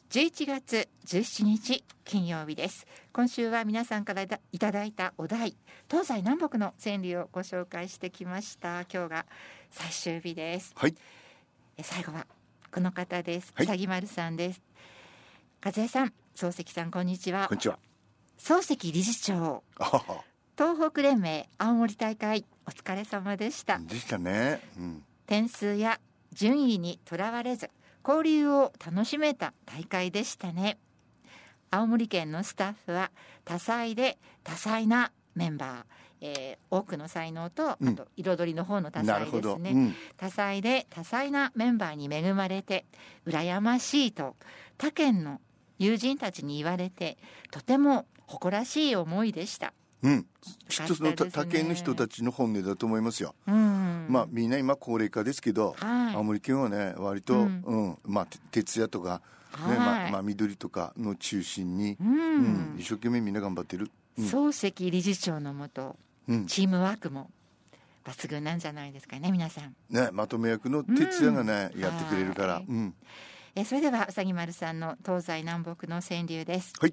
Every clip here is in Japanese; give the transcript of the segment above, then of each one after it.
11月17日金曜日です。今週は皆さんからいただいたお題、東西南北の川柳をご紹介してきました。今日が最終日です。 はい。 最後はこの方です。 はい、 さぎまるさんです。和江さん、漱石さん、こんにちは。 こんにちは。 漱石理事長、東北連盟青森大会お疲れ様でした。 でしたね、 点数や順位にとらわれず交流を楽しめた大会でしたね。青森県のスタッフは多彩で多彩なメンバー、多くの才能と、あと彩りの方の多彩ですね、多彩で多彩なメンバーに恵まれて羨ましいと他県の友人たちに言われて、とても誇らしい思いでした。 きっとその他県の人たちの本音だと思いますよ。まあみんな今高齢化ですけど、青森県はね割と、まあ徹夜とか、ね、まあ緑とかの中心に、一生懸命みんな頑張ってる。 漱石理事長のもと、チームワークも抜群なんじゃないですかね、皆さんね。まとめ役の徹夜がね、やってくれるから、 それではうさぎ丸さんの東西南北の川柳です。 はい。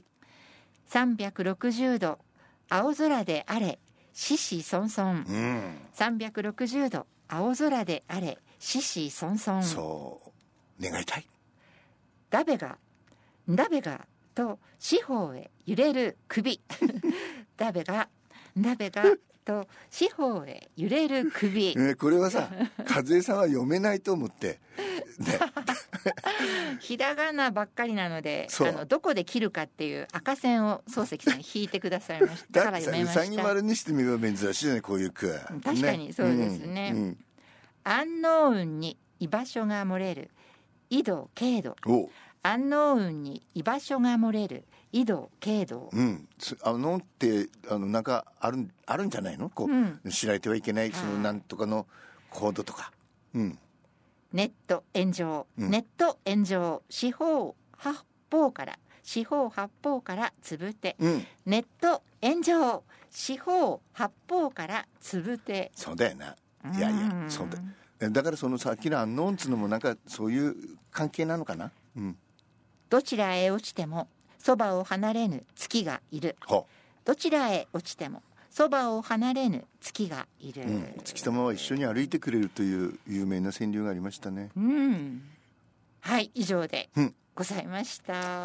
360度青空であれ子々孫々、360度青空であれ子々孫々、 そう願いたい。 だべがと四方へ揺れる首だべがと四方へ揺れる首、 これはさ和江さんは読めないと思ってねひらがなばっかりなので、どこで切るかっていう赤線を漱石さん引いてくださいましたから読めました。 うさぎ丸にしてみれば珍しいね、こういう句。 確かにそうですね、安納運に居場所が漏れる緯度経度、安納運に居場所が漏れる緯度経度、 ってなんかあるんじゃないの、こう、知られてはいけないそのなんとかのコードとか、 ネット炎上、四方八方からつぶて、ネット炎上四方八方からつぶて。 そうだよな。いやそうだからそのさっきのアンノーンつのもなんかそういう関係なのかな。 どちらへ落ちてもそばを離れぬ月がいる。どちらへ落ちてもそばを離れぬ月がいる、 月様は一緒に歩いてくれるという有名な川柳がありましたね。 はい、以上でございました。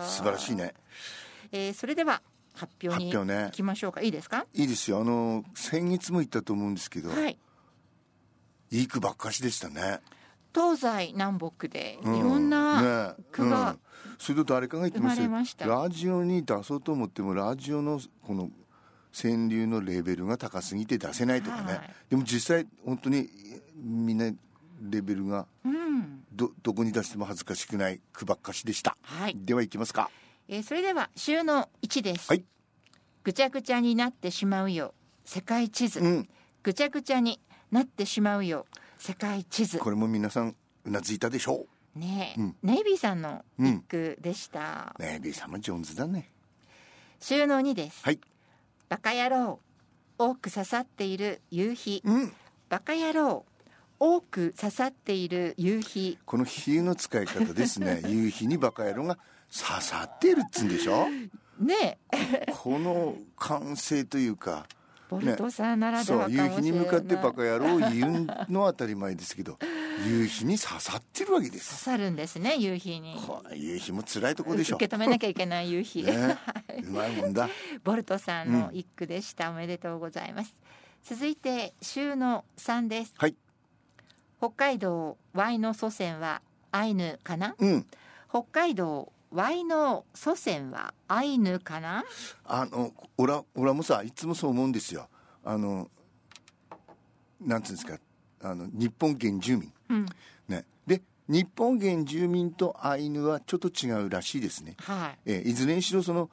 素晴らしいね。 それでは発表に行きましょうか。いいですか。 いいですよ。先月も言ったと思うんですけど、いい句ばっかしでしたね。 東西南北でいろんな句が、 それと誰かが言ってました。ラジオに出そうと思ってもラジオのこの川柳のレベルが高すぎて出せないとかね、でも実際本当にみんなレベルが、どこに出しても恥ずかしくない句ばっかしでした。ではいきますか。 それでは週の1です。ぐちゃぐちゃになってしまうよ世界地図、ぐちゃぐちゃになってしまうよ世界地図。 これも皆さんうなずいたでしょうね。ネイビーさんの一句でした。 ネイビーさんも上手だね。 週の2です。バカ野郎多く刺さっている夕日、バカ野郎多く刺さっている夕日。 この日の使い方ですね夕日にバカ野郎が刺さってるっつんでしょね。 この感性というか、 ボルトさんならではかもしれない。 夕日に向かってバカ野郎を言うのは当たり前ですけど夕日に刺さってるわけです。 刺さるんですね、夕日に。 夕日も辛いとこでしょ。 受け止めなきゃいけない夕日、 うまいもんだ。 ボルトさんの一句でした。おめでとうございます。続いて週の3です。北海道 Y の祖先はアイヌかな、北海道 Y の祖先はアイヌかな。 オラもさいつもそう思うんですよ。なんていうんですか、日本原住民、で日本原住民とアイヌはちょっと違うらしいですね。いずれにしろその、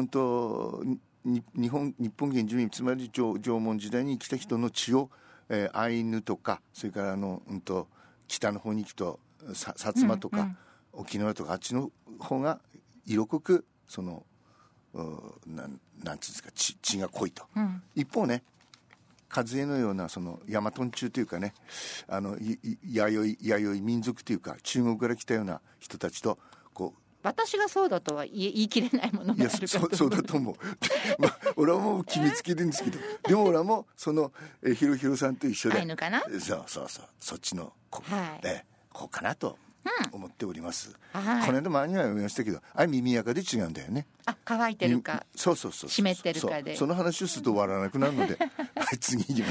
日本原住民、つまり縄文時代に来た人の血を、アイヌとか、それから北の方に行くと薩摩とか、沖縄とかあっちの方が色濃くそのなんていうんですか、血が濃いと、一方ね数江のようなその大和中というかね、弥生民族というか中国から来たような人たちとこう私がそうだとは言い切れないものがあるかと。 そうだと思うまあ俺はもう決めつけてるんですけど、でも俺はもうそのひろひろさんと一緒でアイヌかな、 そっちのこうかなと思っております、 はい、 この間前には読みましたけど、あれ耳垢で違うんだよね。 乾いてるかそう湿ってるかで、 その話をすると終わらなくなるのではい、次行きます。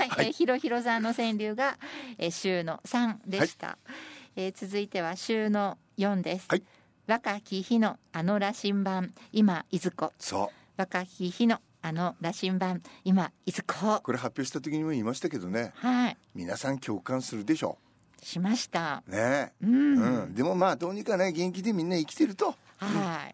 はい、ひろひろさんの川柳が、週の3でした、続いては週の4です、はい、若き日のあの羅針盤今いずこ。若き日のあの羅針盤今いずこ、 これ発表した時にも言いましたけどね、はい、皆さん共感するでしょう。 しましたね、でもまあどうにかね元気でみんな生きてると、はい、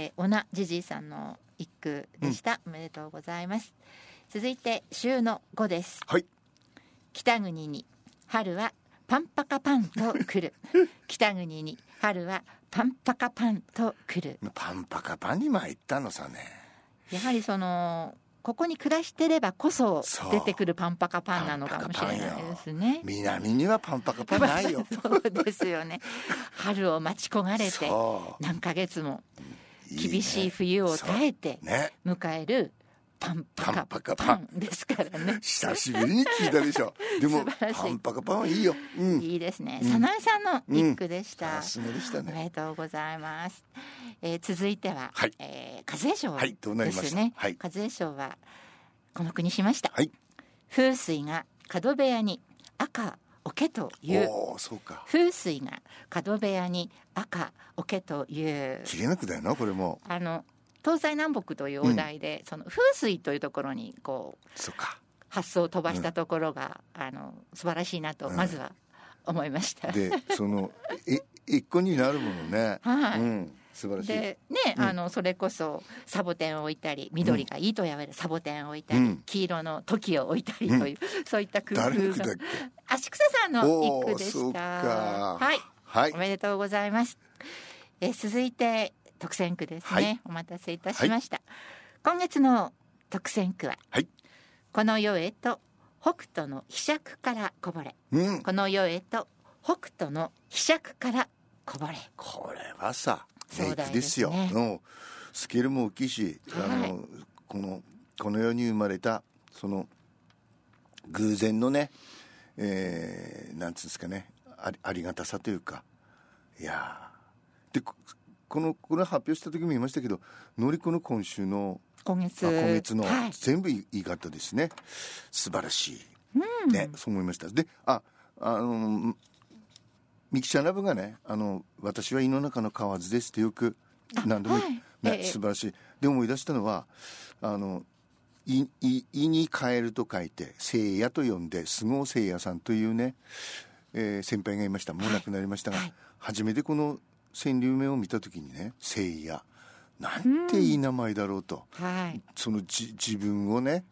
おなじじいさんの一句でした、おめでとうございます。続いて週の5です、はい、北国に春はパンパカパンと来る北国に春はパンパカパンと来る。 パンパカパンに参ったのさね。 やはりここに暮らしてればこそ出てくるパンパカパンなのかもしれないですね。 南にはパンパカパンないよそうですよね。春を待ち焦がれて何ヶ月も厳しい冬を耐えて迎えるパンパカパンですからね。 久しぶりに聞いたでしょでもパンパカパンはいいよ、 いいですね。早苗さんの一句でした、 さすがでしたね。 おめでとうございます、続いては、和江賞ですね。和江賞はこの句にしました、風水が角部屋に赤桶という。風水が角部屋に赤桶という。 綺麗な句だよなこれも。 東西南北というお題で、その風水というところに発想を飛ばしたところが、素晴らしいなとまずは思いました、 で一個になるものね、素晴らしいでね、それこそサボテンを置いたり、緑がいいと言われるサボテンを置いたり、黄色のトキを置いたりという、そういった工夫が。足草さんの一句でした。はい、おめでとうございます。続いて特選句ですね、お待たせいたしました、今月の特選句は、この世へと北斗の飛尺からこぼれ、この世へと北斗の飛尺からこぼれ。 これはさ名句ですよ、スケールも大きいし、この世に生まれたその偶然のね、なんつうんですかね、ありがたさというか、いやでこれ発表した時も言いましたけど、のりこの今月の、全部言い方ですね。素晴らしい、ね、そう思いました。でミキちゃんラブがね、私は胃の中の蛙ですってよく何度も、素晴らしい。で思い出したのは胃にカエルと書いて聖夜と呼んで菅生聖夜さんというね、先輩がいました。もう亡くなりましたが、初めてこの川柳名を見た時にね、聖夜なんていい名前だろうと、その自分をね、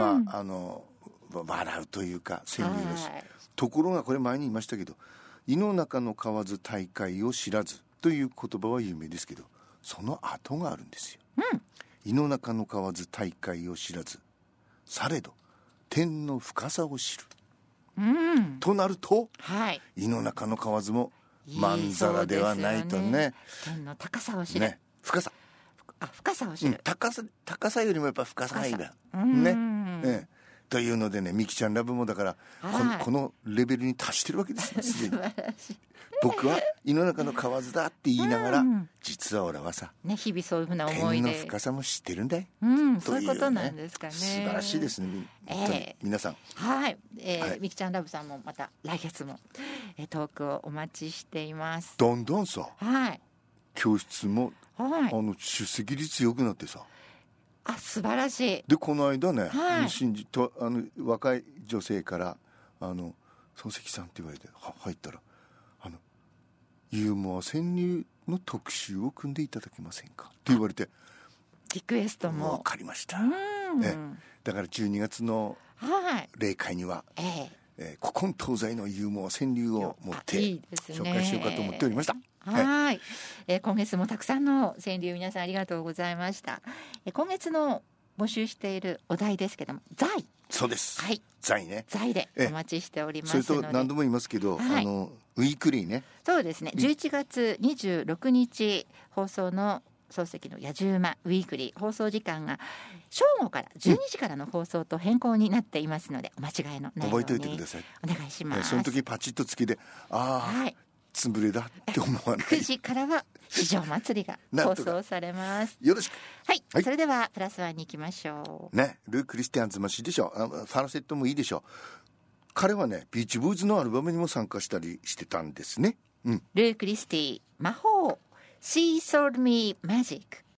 笑うというか川柳です、ところがこれ前に言いましたけど、胃の中の蛙大海を知らずという言葉は有名ですけど、その後があるんですよ、胃の中の蛙大海を知らずされど天の深さを知る、となると、胃の中の蛙もまんざらではないとね。 天の高さを知る、 深さを知る、高さよりもやっぱ深さがいいんだね、というのでね、ミキちゃんラブもだから、このレベルに達してるわけですよ。 素晴らしい。 僕は胃の中の蛙だって言いながら、実は俺はさ、 日々そういうふうな思いで天の深さも知ってるんだよ、 そういうことなんですかね。 素晴らしいですね、皆さん。 ミキちゃんラブさんもまた来月も、トークをお待ちしています。 どんどんさ、教室も、出席率良くなってさ、 素晴らしい。 でこの間ね、若い女性から孫関さんって言われて入ったら、ユーモア川柳の特集を組んでいただけませんかって言われて、 リクエストも分かりました。だから12月の例会には、古今東西のユーモア川柳を持って紹介しようかと思っておりました。 今月もたくさんの川柳皆さんありがとうございました。今月の募集しているお題ですけども、財。 そうです、財ね。 財でお待ちしておりますので、 それと何度も言いますけど、 ウィークリーね。 そうですね、11月26日放送の漱石の野獣馬ウィークリー、放送時間が正午から12時からの放送と変更になっていますので、お間違いのないように覚えておいてください。 お願いします。 その時パチッとつきで、はい、潰れだって思わない。 9時からは市場祭りが放送されます。 よろしく。 はい、はい、それではプラスワンに行きましょうね。ルー・クリスティアンズもしいでしょ、ファラセットもいいでしょ。彼はねビーチブーズのアルバムにも参加したりしてたんですね。 ルー・クリスティ魔法 She Sold Me Magic